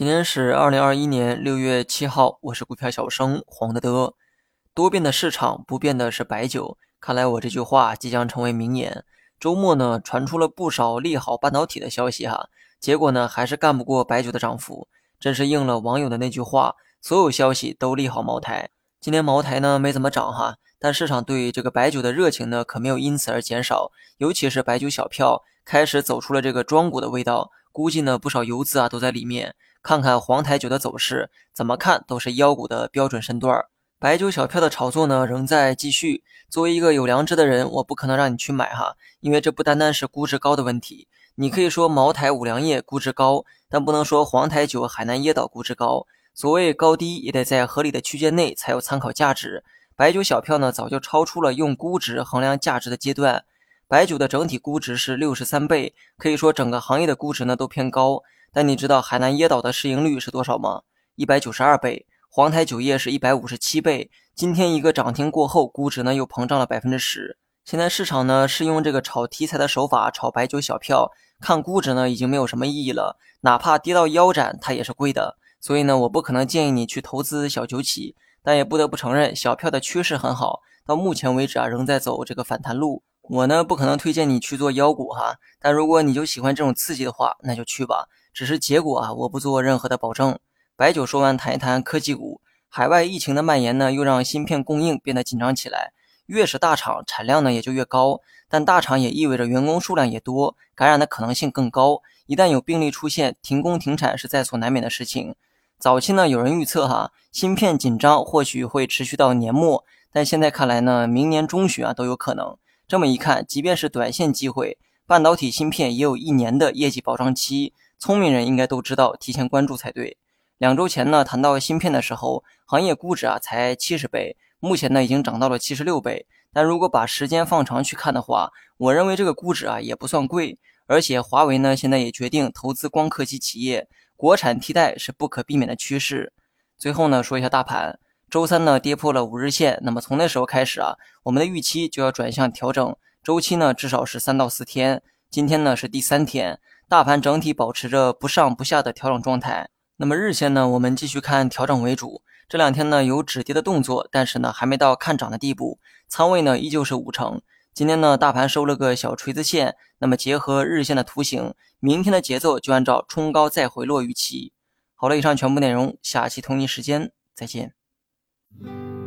今天是2021年6月7号，我是股票小生黄德德。多变的市场，不变的是白酒。看来我这句话即将成为名言。周末呢，传出了不少利好半导体的消息哈，结果呢，还是干不过白酒的涨幅，真是应了网友的那句话，所有消息都利好茅台。今天茅台呢没怎么涨哈，但市场对这个白酒的热情呢可没有因此而减少，尤其是白酒小票开始走出了这个庄股的味道，估计呢不少游资都在里面。看看黄台酒的走势，怎么看都是妖股的标准身段。白酒小票的炒作呢仍在继续。作为一个有良知的人，我不可能让你去买哈，因为这不单单是估值高的问题。你可以说茅台、五粮液估值高，但不能说黄台酒、海南椰岛估值高。所谓高低也得在合理的区间内才有参考价值。白酒小票呢早就超出了用估值衡量价值的阶段。白酒的整体估值是63倍，可以说整个行业的估值呢都偏高。但你知道海南椰岛的市盈率是多少吗？192倍，黄台酒业是157倍。今天一个涨停过后，估值呢又膨胀了10%。现在市场呢是用这个炒题材的手法炒白酒小票，看估值呢已经没有什么意义了，哪怕跌到腰斩，它也是贵的。所以呢，我不可能建议你去投资小酒企，但也不得不承认小票的趋势很好，到目前为止仍在走这个反弹路。我呢不可能推荐你去做妖股哈，但如果你就喜欢这种刺激的话，那就去吧。只是结果我不做任何的保证。白酒说完，谈一谈科技股。海外疫情的蔓延呢，又让芯片供应变得紧张起来。越是大厂，产量呢也就越高，但大厂也意味着员工数量也多，感染的可能性更高。一旦有病例出现，停工停产是在所难免的事情。早期呢，有人预测芯片紧张或许会持续到年末，但现在看来呢，明年中旬都有可能。这么一看，即便是短线机会，半导体芯片也有1年的业绩保障期。聪明人应该都知道，提前关注才对。2周前呢，谈到芯片的时候，行业估值才70倍，目前呢已经涨到了76倍。但如果把时间放长去看的话，我认为这个估值也不算贵。而且华为呢现在也决定投资光刻机企业，国产替代是不可避免的趋势。最后呢，说一下大盘，周三呢跌破了5日线，那么从那时候开始我们的预期就要转向调整，周期呢至少是3到4天。今天呢是第3天。大盘整体保持着不上不下的调整状态。那么日线呢，我们继续看调整为主。这2天呢有止跌的动作，但是呢还没到看涨的地步，仓位呢依旧是50%。今天呢大盘收了个小锤子线，那么结合日线的图形，明天的节奏就按照冲高再回落预期。好了，以上全部内容，下期同一时间再见。